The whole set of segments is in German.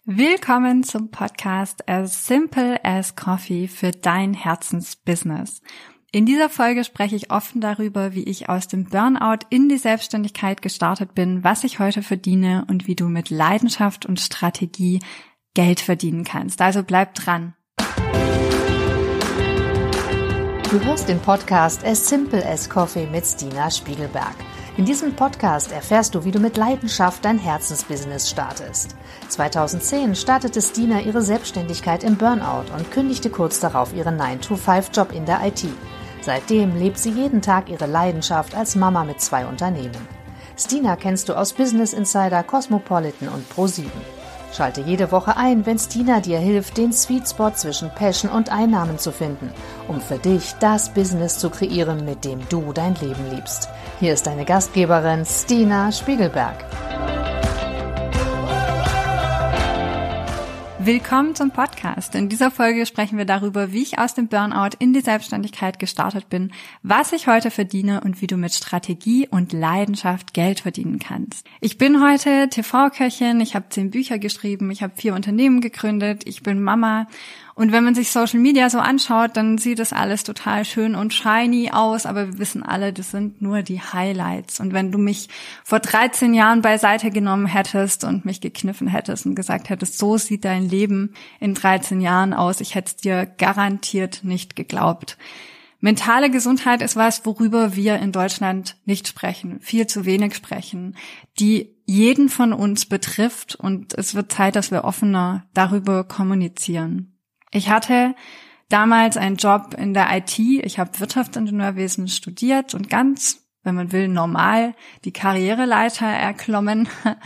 Willkommen zum Podcast As Simple as Coffee für dein Herzensbusiness. In dieser Folge spreche ich offen darüber, wie ich aus dem Burnout in die Selbstständigkeit gestartet bin, was ich heute verdiene und wie du mit Leidenschaft und Strategie Geld verdienen kannst. Also bleib dran. Du hörst den Podcast As Simple as Coffee mit Stina Spiegelberg. In diesem Podcast erfährst du, wie du mit Leidenschaft dein Herzensbusiness startest. 2010 startete Stina ihre Selbstständigkeit im Burnout und kündigte kurz darauf ihren 9-to-5-Job in der IT. Seitdem lebt sie jeden Tag ihre Leidenschaft als Mama mit 2 Unternehmen. Stina kennst du aus Business Insider, Cosmopolitan und Pro7. Schalte jede Woche ein, wenn Stina dir hilft, den Sweet Spot zwischen Passion und Einnahmen zu finden, um für dich das Business zu kreieren, mit dem du dein Leben liebst. Hier ist deine Gastgeberin Stina Spiegelberg. Willkommen zum Podcast. In dieser Folge sprechen wir darüber, wie ich aus dem Burnout in die Selbstständigkeit gestartet bin, was ich heute verdiene und wie du mit Strategie und Leidenschaft Geld verdienen kannst. Ich bin heute TV-Köchin, ich habe 10 Bücher geschrieben, ich habe 4 Unternehmen gegründet, ich bin Mama. Und wenn man sich Social Media so anschaut, dann sieht das alles total schön und shiny aus, aber wir wissen alle, das sind nur die Highlights. Und wenn du mich vor 13 Jahren beiseite genommen hättest und mich gekniffen hättest und gesagt hättest, so sieht dein Leben in 13 Jahren aus, ich hätte es dir garantiert nicht geglaubt. Mentale Gesundheit ist was, worüber wir in Deutschland nicht sprechen, viel zu wenig sprechen, die jeden von uns betrifft, und es wird Zeit, dass wir offener darüber kommunizieren. Ich hatte damals einen Job in der IT. Ich habe Wirtschaftsingenieurwesen studiert und ganz, wenn man will, normal die Karriereleiter erklommen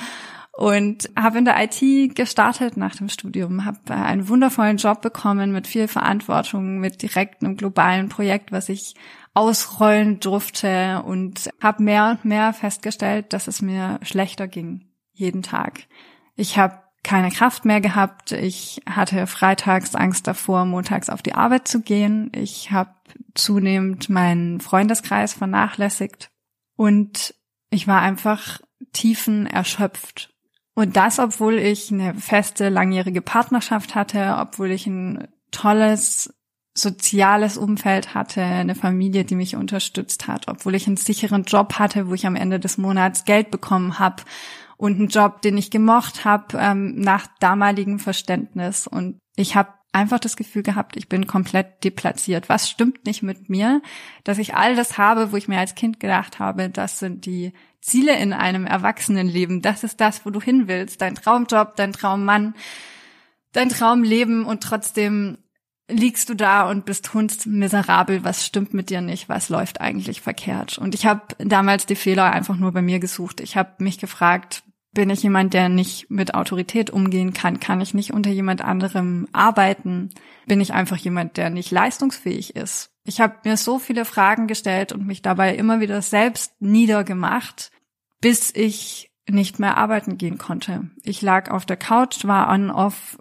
und habe in der IT gestartet nach dem Studium, habe einen wundervollen Job bekommen mit viel Verantwortung, mit direkt einem globalen Projekt, was ich ausrollen durfte, und habe mehr und mehr festgestellt, dass es mir schlechter ging, jeden Tag. Ich habe keine Kraft mehr gehabt. Ich hatte freitags Angst davor, montags auf die Arbeit zu gehen. Ich habe zunehmend meinen Freundeskreis vernachlässigt und ich war einfach tiefenerschöpft. Und das, obwohl ich eine feste, langjährige Partnerschaft hatte, obwohl ich ein tolles soziales Umfeld hatte, eine Familie, die mich unterstützt hat, obwohl ich einen sicheren Job hatte, wo ich am Ende des Monats Geld bekommen habe, und einen Job, den ich gemocht habe, nach damaligem Verständnis. Und ich habe einfach das Gefühl gehabt, ich bin komplett deplatziert. Was stimmt nicht mit mir, dass ich all das habe, wo ich mir als Kind gedacht habe, das sind die Ziele in einem Erwachsenenleben. Das ist das, wo du hin willst. Dein Traumjob, dein Traummann, dein Traumleben, und trotzdem liegst du da und bist hundsmiserabel. Was stimmt mit dir nicht? Was läuft eigentlich verkehrt? Und ich habe damals die Fehler einfach nur bei mir gesucht. Ich habe mich gefragt, bin ich jemand, der nicht mit Autorität umgehen kann? Kann ich nicht unter jemand anderem arbeiten? Bin ich einfach jemand, der nicht leistungsfähig ist? Ich habe mir so viele Fragen gestellt und mich dabei immer wieder selbst niedergemacht, bis ich nicht mehr arbeiten gehen konnte. Ich lag auf der Couch, war on-off,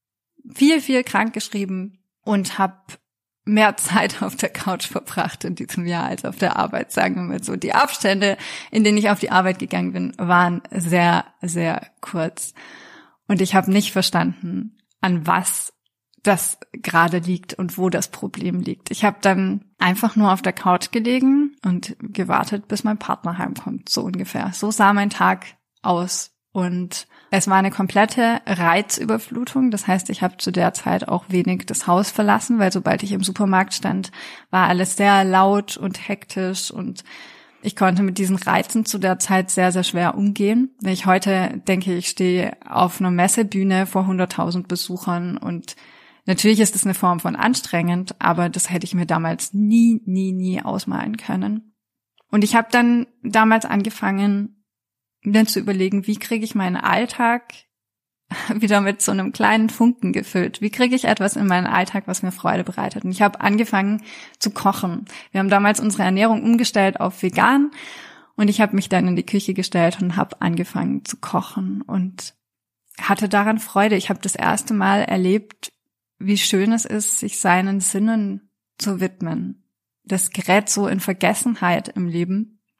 viel krankgeschrieben und habe mehr Zeit auf der Couch verbracht in diesem Jahr als auf der Arbeit, sagen wir mal so. Die Abstände, in denen ich auf die Arbeit gegangen bin, waren sehr, sehr kurz. Und ich habe nicht verstanden, an was das gerade liegt und wo das Problem liegt. Ich habe dann einfach nur auf der Couch gelegen und gewartet, bis mein Partner heimkommt, so ungefähr. So sah mein Tag aus. Und es war eine komplette Reizüberflutung. Das heißt, ich habe zu der Zeit auch wenig das Haus verlassen, weil sobald ich im Supermarkt stand, war alles sehr laut und hektisch, und ich konnte mit diesen Reizen zu der Zeit sehr, sehr schwer umgehen. Wenn ich heute denke, ich stehe auf einer Messebühne vor 100.000 Besuchern, und natürlich ist es eine Form von anstrengend, aber das hätte ich mir damals nie ausmalen können. Und ich habe dann damals angefangen, mir zu überlegen, wie kriege ich meinen Alltag wieder mit so einem kleinen Funken gefüllt? Wie kriege ich etwas in meinen Alltag, was mir Freude bereitet? Und ich habe angefangen zu kochen. Wir haben damals unsere Ernährung umgestellt auf vegan, und ich habe mich dann in die Küche gestellt und habe angefangen zu kochen und hatte daran Freude. Ich habe das erste Mal erlebt, wie schön es ist, sich seinen Sinnen zu widmen. Das gerät so in Vergessenheit im Leben.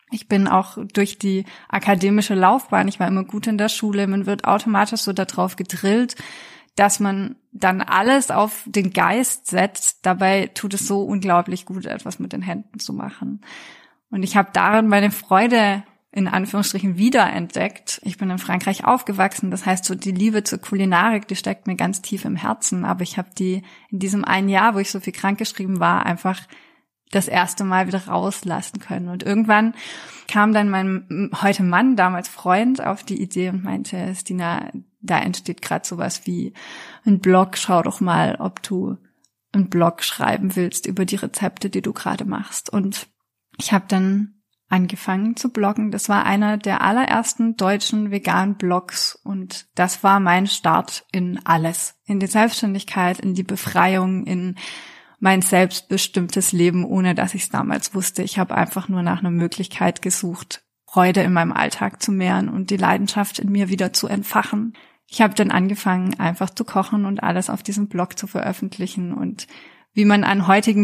Ich bin auch durch die akademische Laufbahn, ich war immer gut in der Schule, man wird automatisch so darauf gedrillt, dass man dann alles auf den Geist setzt. Dabei tut es so unglaublich gut, etwas mit den Händen zu machen. Und ich habe darin meine Freude in Anführungsstrichen wiederentdeckt. Ich bin in Frankreich aufgewachsen, das heißt so die Liebe zur Kulinarik, die steckt mir ganz tief im Herzen. Aber ich habe die in diesem einen Jahr, wo ich so viel krankgeschrieben war, einfach das erste Mal wieder rauslassen können. Und irgendwann kam dann mein heute Mann, damals Freund, auf die Idee und meinte, Stina, da entsteht gerade sowas wie ein Blog, schau doch mal, ob du einen Blog schreiben willst über die Rezepte, die du gerade machst. Und ich habe dann angefangen zu bloggen. Das war einer der allerersten deutschen veganen Blogs und das war mein Start in alles. In die Selbstständigkeit, in die Befreiung, in mein selbstbestimmtes Leben, ohne dass ich es damals wusste. Ich habe einfach nur nach einer Möglichkeit gesucht, Freude in meinem Alltag zu mehren und die Leidenschaft in mir wieder zu entfachen. Ich habe dann angefangen, einfach zu kochen und alles auf diesem Blog zu veröffentlichen und wie man an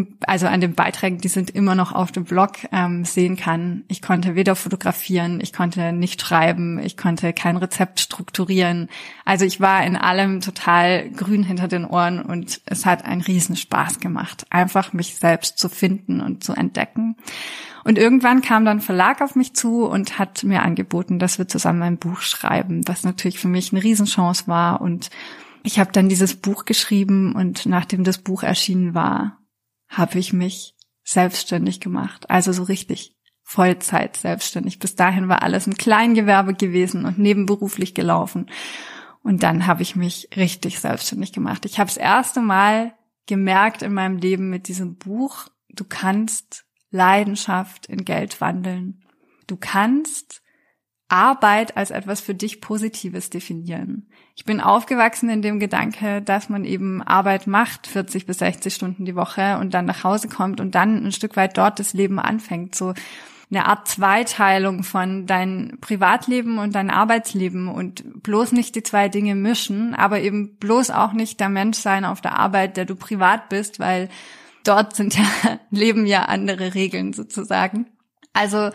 den Beiträgen, die sind immer noch auf dem Blog, sehen kann. Ich konnte weder fotografieren, ich konnte nicht schreiben, ich konnte kein Rezept strukturieren. Also ich war in allem total grün hinter den Ohren und es hat einen riesen Spaß gemacht, einfach mich selbst zu finden und zu entdecken. Und irgendwann kam dann ein Verlag auf mich zu und hat mir angeboten, dass wir zusammen ein Buch schreiben, was natürlich für mich eine Riesenchance war. Und ich habe dann dieses Buch geschrieben und nachdem das Buch erschienen war, habe ich mich selbstständig gemacht. Also so richtig Vollzeit selbstständig. Bis dahin war alles ein Kleingewerbe gewesen und nebenberuflich gelaufen. Und dann habe ich mich richtig selbstständig gemacht. Ich habe das erste Mal gemerkt in meinem Leben mit diesem Buch, du kannst Leidenschaft in Geld wandeln. Du kannst Arbeit als etwas für dich Positives definieren. Ich bin aufgewachsen in dem Gedanke, dass man eben Arbeit macht, 40 bis 60 Stunden die Woche und dann nach Hause kommt und dann ein Stück weit dort das Leben anfängt. So eine Art Zweiteilung von dein Privatleben und dein Arbeitsleben und bloß nicht die zwei Dinge mischen, aber eben bloß auch nicht der Mensch sein auf der Arbeit, der du privat bist, weil dort leben ja andere Regeln sozusagen. Also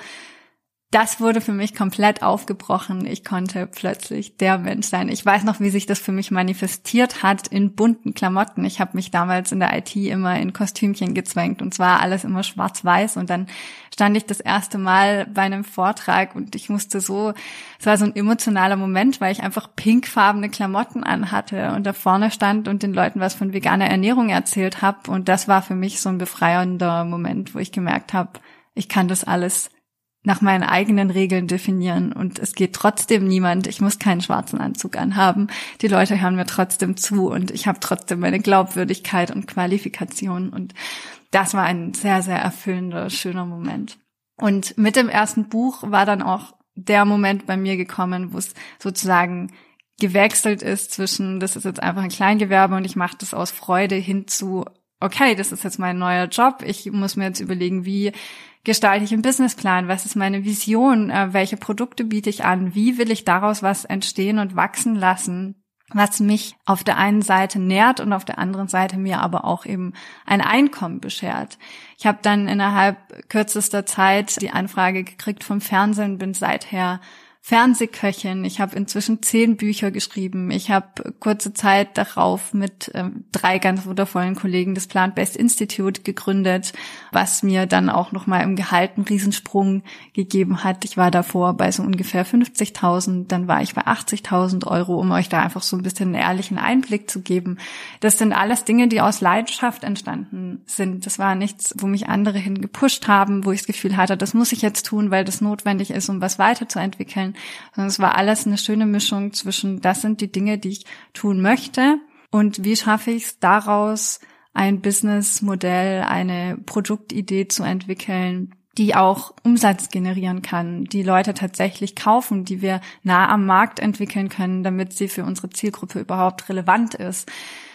das wurde für mich komplett aufgebrochen. Ich konnte plötzlich der Mensch sein. Ich weiß noch, wie sich das für mich manifestiert hat in bunten Klamotten. Ich habe mich damals in der IT immer in Kostümchen gezwängt und zwar alles immer schwarz-weiß. Und dann stand ich das erste Mal bei einem Vortrag und ich musste es war so ein emotionaler Moment, weil ich einfach pinkfarbene Klamotten anhatte und da vorne stand und den Leuten was von veganer Ernährung erzählt habe. Und das war für mich so ein befreiender Moment, wo ich gemerkt habe, ich kann das alles nach meinen eigenen Regeln definieren und es geht trotzdem niemand, ich muss keinen schwarzen Anzug anhaben, die Leute hören mir trotzdem zu und ich habe trotzdem meine Glaubwürdigkeit und Qualifikation und das war ein sehr, sehr erfüllender, schöner Moment. Und mit dem ersten Buch war dann auch der Moment bei mir gekommen, wo es sozusagen gewechselt ist zwischen, das ist jetzt einfach ein Kleingewerbe und ich mache das aus Freude hin zu, okay, das ist jetzt mein neuer Job, ich muss mir jetzt überlegen, wie gestalte ich einen Businessplan, was ist meine Vision, welche Produkte biete ich an, wie will ich daraus was entstehen und wachsen lassen, was mich auf der einen Seite nährt und auf der anderen Seite mir aber auch eben ein Einkommen beschert. Ich habe dann innerhalb kürzester Zeit die Anfrage gekriegt vom Fernsehen, bin seither Fernsehköchin. Ich habe inzwischen 10 Bücher geschrieben. Ich habe kurze Zeit darauf mit 3 ganz wundervollen Kollegen das Plant-Based Institute gegründet, was mir dann auch nochmal im Gehalt einen Riesensprung gegeben hat. Ich war davor bei so ungefähr 50.000, dann war ich bei 80.000 Euro, um euch da einfach so ein bisschen einen ehrlichen Einblick zu geben. Das sind alles Dinge, die aus Leidenschaft entstanden sind. Das war nichts, wo mich andere hin gepusht haben, wo ich das Gefühl hatte, das muss ich jetzt tun, weil das notwendig ist, um was weiterzuentwickeln. Sondern es war alles eine schöne Mischung zwischen, das sind die Dinge, die ich tun möchte und wie schaffe ich es daraus, ein Businessmodell, eine Produktidee zu entwickeln, die auch Umsatz generieren kann, die Leute tatsächlich kaufen, die wir nah am Markt entwickeln können, damit sie für unsere Zielgruppe überhaupt relevant ist.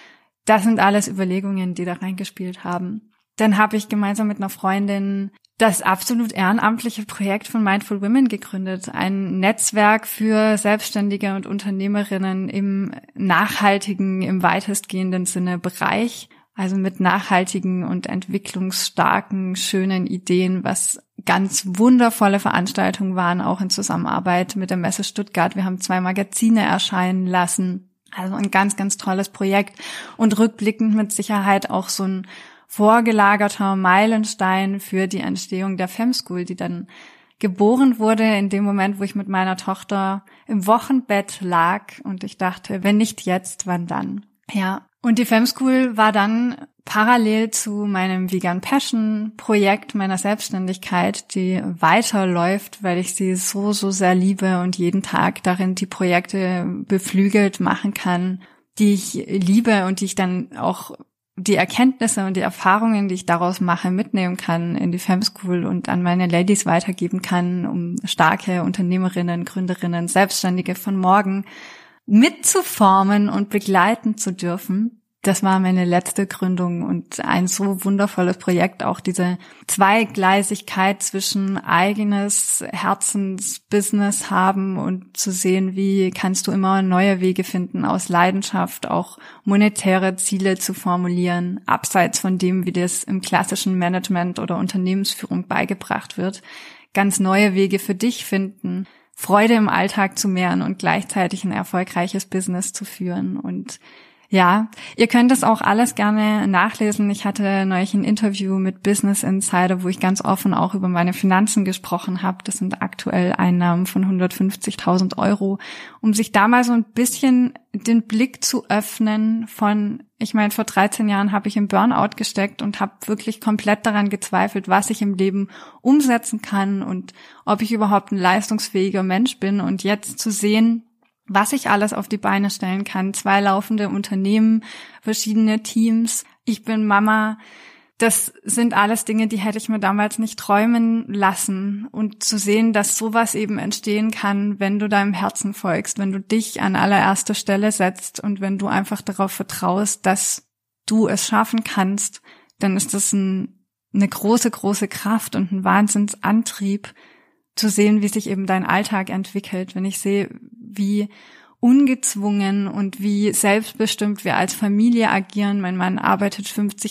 Das sind alles Überlegungen, die da reingespielt haben. Dann habe ich gemeinsam mit einer Freundin das absolut ehrenamtliche Projekt von Mindful Women gegründet, ein Netzwerk für Selbstständige und Unternehmerinnen im nachhaltigen, im weitestgehenden Sinne Bereich, also mit nachhaltigen und entwicklungsstarken, schönen Ideen, was ganz wundervolle Veranstaltungen waren, auch in Zusammenarbeit mit der Messe Stuttgart. Wir haben 2 Magazine erscheinen lassen. Also ein ganz, ganz tolles Projekt und rückblickend mit Sicherheit auch so ein vorgelagerter Meilenstein für die Entstehung der FemSchool, die dann geboren wurde in dem Moment, wo ich mit meiner Tochter im Wochenbett lag und ich dachte, wenn nicht jetzt, wann dann? Ja, und die FemSchool war dann parallel zu meinem Vegan Passion Projekt, meiner Selbstständigkeit, die weiterläuft, weil ich sie so, so sehr liebe und jeden Tag darin die Projekte beflügelt machen kann, die ich liebe und die ich dann auch die Erkenntnisse und die Erfahrungen, die ich daraus mache, mitnehmen kann in die FemSchool und an meine Ladies weitergeben kann, um starke Unternehmerinnen, Gründerinnen, Selbstständige von morgen mitzuformen und begleiten zu dürfen. Das war meine letzte Gründung und ein so wundervolles Projekt, auch diese Zweigleisigkeit zwischen eigenes Herzensbusiness haben und zu sehen, wie kannst du immer neue Wege finden, aus Leidenschaft auch monetäre Ziele zu formulieren, abseits von dem, wie das im klassischen Management oder Unternehmensführung beigebracht wird, ganz neue Wege für dich finden, Freude im Alltag zu mehren und gleichzeitig ein erfolgreiches Business zu führen. Und ja, ihr könnt das auch alles gerne nachlesen. Ich hatte neulich ein Interview mit Business Insider, wo ich ganz offen auch über meine Finanzen gesprochen habe. Das sind aktuell Einnahmen von 150.000 €, um sich da mal so ein bisschen den Blick zu öffnen von, ich meine, vor 13 Jahren habe ich im Burnout gesteckt und habe wirklich komplett daran gezweifelt, was ich im Leben umsetzen kann und ob ich überhaupt ein leistungsfähiger Mensch bin. Und jetzt zu sehen, was ich alles auf die Beine stellen kann. 2 laufende Unternehmen, verschiedene Teams. Ich bin Mama. Das sind alles Dinge, die hätte ich mir damals nicht träumen lassen. Und zu sehen, dass sowas eben entstehen kann, wenn du deinem Herzen folgst, wenn du dich an allererster Stelle setzt und wenn du einfach darauf vertraust, dass du es schaffen kannst, dann ist das eine große, große Kraft und ein Wahnsinnsantrieb, zu sehen, wie sich eben dein Alltag entwickelt. Wenn ich sehe, wie ungezwungen und wie selbstbestimmt wir als Familie agieren. Mein Mann arbeitet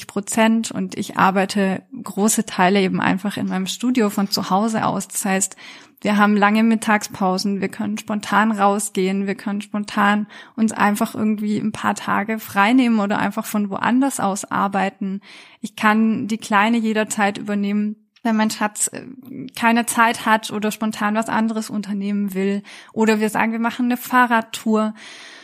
50% und ich arbeite große Teile eben einfach in meinem Studio von zu Hause aus. Das heißt, wir haben lange Mittagspausen, wir können spontan rausgehen, wir können spontan uns einfach irgendwie ein paar Tage freinehmen oder einfach von woanders aus arbeiten. Ich kann die Kleine jederzeit übernehmen, wenn mein Schatz keine Zeit hat oder spontan was anderes unternehmen will. Oder wir sagen, wir machen eine Fahrradtour.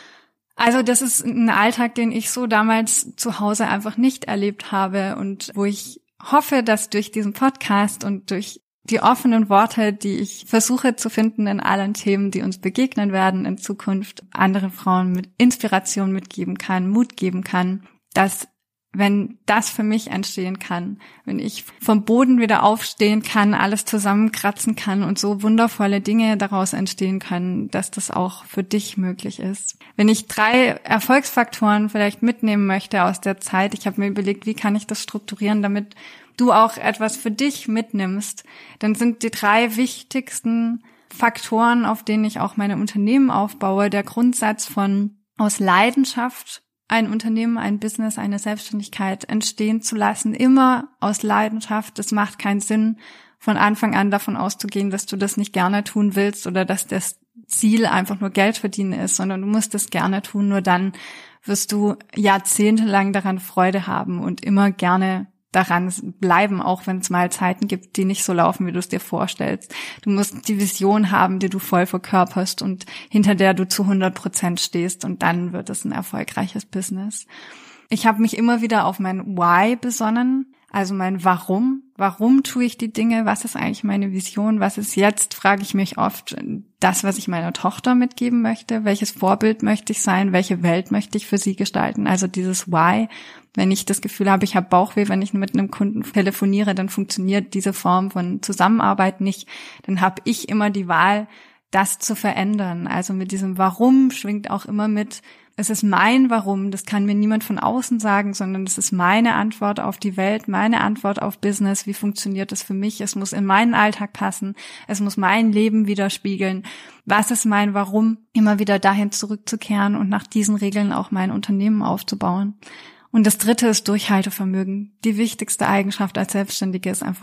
Also das ist ein Alltag, den ich so damals zu Hause einfach nicht erlebt habe und wo ich hoffe, dass durch diesen Podcast und durch die offenen Worte, die ich versuche zu finden in allen Themen, die uns begegnen werden in Zukunft, anderen Frauen mit Inspiration mitgeben kann, Mut geben kann, dass wenn das für mich entstehen kann, wenn ich vom Boden wieder aufstehen kann, alles zusammenkratzen kann und so wundervolle Dinge daraus entstehen können, dass das auch für dich möglich ist. Wenn ich 3 Erfolgsfaktoren vielleicht mitnehmen möchte aus der Zeit, ich habe mir überlegt, wie kann ich das strukturieren, damit du auch etwas für dich mitnimmst, dann sind die 3 wichtigsten Faktoren, auf denen ich auch meine Unternehmen aufbaue, der Grundsatz von aus Leidenschaft ein Unternehmen, ein Business, eine Selbstständigkeit entstehen zu lassen, immer aus Leidenschaft. Es macht keinen Sinn, von Anfang an davon auszugehen, dass du das nicht gerne tun willst oder dass das Ziel einfach nur Geld verdienen ist, sondern du musst es gerne tun. Nur dann wirst du jahrzehntelang daran Freude haben und immer gerne daran bleiben, auch wenn es mal Zeiten gibt, die nicht so laufen, wie du es dir vorstellst. Du musst die Vision haben, die du voll verkörperst und hinter der du zu 100% stehst und dann wird es ein erfolgreiches Business. Ich habe mich immer wieder auf mein Why besonnen, also mein Warum. Warum tue ich die Dinge? Was ist eigentlich meine Vision? Was ist jetzt, frage ich mich oft, das, was ich meiner Tochter mitgeben möchte? Welches Vorbild möchte ich sein? Welche Welt möchte ich für sie gestalten? Also dieses Why. Wenn ich das Gefühl habe, ich habe Bauchweh, wenn ich mit einem Kunden telefoniere, dann funktioniert diese Form von Zusammenarbeit nicht. Dann habe ich immer die Wahl, das zu verändern. Also mit diesem Warum schwingt auch immer mit, es ist mein Warum, das kann mir niemand von außen sagen, sondern es ist meine Antwort auf die Welt, meine Antwort auf Business, wie funktioniert das für mich, es muss in meinen Alltag passen, es muss mein Leben widerspiegeln. Was ist mein Warum, immer wieder dahin zurückzukehren und nach diesen Regeln auch mein Unternehmen aufzubauen. Und das 3. ist Durchhaltevermögen. Die wichtigste Eigenschaft als Selbstständige ist einfach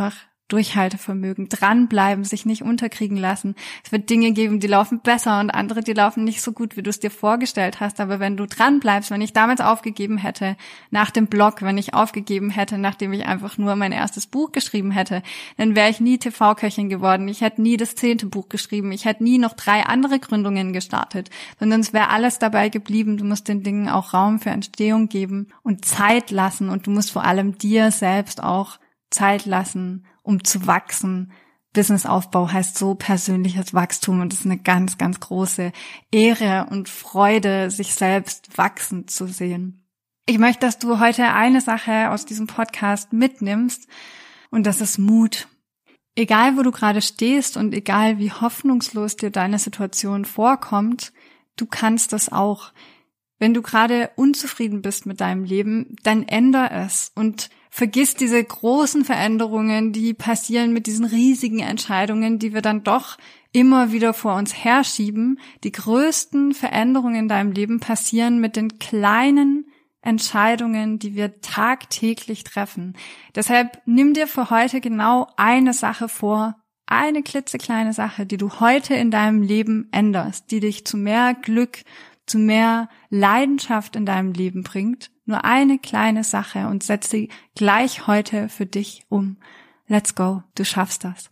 Durchhaltevermögen, dranbleiben, sich nicht unterkriegen lassen. Es wird Dinge geben, die laufen besser und andere, die laufen nicht so gut, wie du es dir vorgestellt hast. Aber wenn du dranbleibst, wenn ich damals aufgegeben hätte, nach dem Blog, wenn ich aufgegeben hätte, nachdem ich einfach nur mein erstes Buch geschrieben hätte, dann wäre ich nie TV-Köchin geworden. Ich hätte nie das 10. Buch geschrieben. Ich hätte nie noch 3 andere Gründungen gestartet, sondern es wäre alles dabei geblieben. Du musst den Dingen auch Raum für Entstehung geben und Zeit lassen. Und du musst vor allem dir selbst auch Zeit lassen, um zu wachsen. Businessaufbau heißt so persönliches Wachstum und es ist eine ganz, ganz große Ehre und Freude, sich selbst wachsen zu sehen. Ich möchte, dass du heute eine Sache aus diesem Podcast mitnimmst und das ist Mut. Egal, wo du gerade stehst und egal, wie hoffnungslos dir deine Situation vorkommt, du kannst das auch. Wenn du gerade unzufrieden bist mit deinem Leben, dann änder es und vergiss diese großen Veränderungen, die passieren mit diesen riesigen Entscheidungen, die wir dann doch immer wieder vor uns herschieben. Die größten Veränderungen in deinem Leben passieren mit den kleinen Entscheidungen, die wir tagtäglich treffen. Deshalb nimm dir für heute genau eine Sache vor, eine klitzekleine Sache, die du heute in deinem Leben änderst, die dich zu mehr Glück, zu mehr Leidenschaft in deinem Leben bringt. Nur eine kleine Sache und setz sie gleich heute für dich um. Let's go, du schaffst das.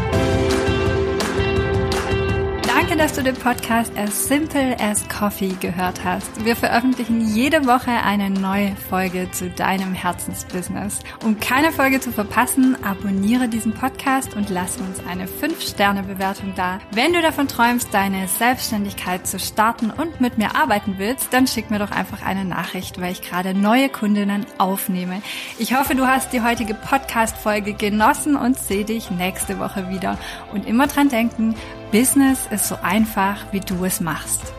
Danke, dass du den Podcast As Simple as Coffee gehört hast. Wir veröffentlichen jede Woche eine neue Folge zu deinem Herzensbusiness. Um keine Folge zu verpassen, abonniere diesen Podcast und lass uns eine 5-Sterne-Bewertung da. Wenn du davon träumst, deine Selbstständigkeit zu starten und mit mir arbeiten willst, dann schick mir doch einfach eine Nachricht, weil ich gerade neue Kundinnen aufnehme. Ich hoffe, du hast die heutige Podcast-Folge genossen und sehe dich nächste Woche wieder. Und immer dran denken, Business ist so einfach, wie du es machst.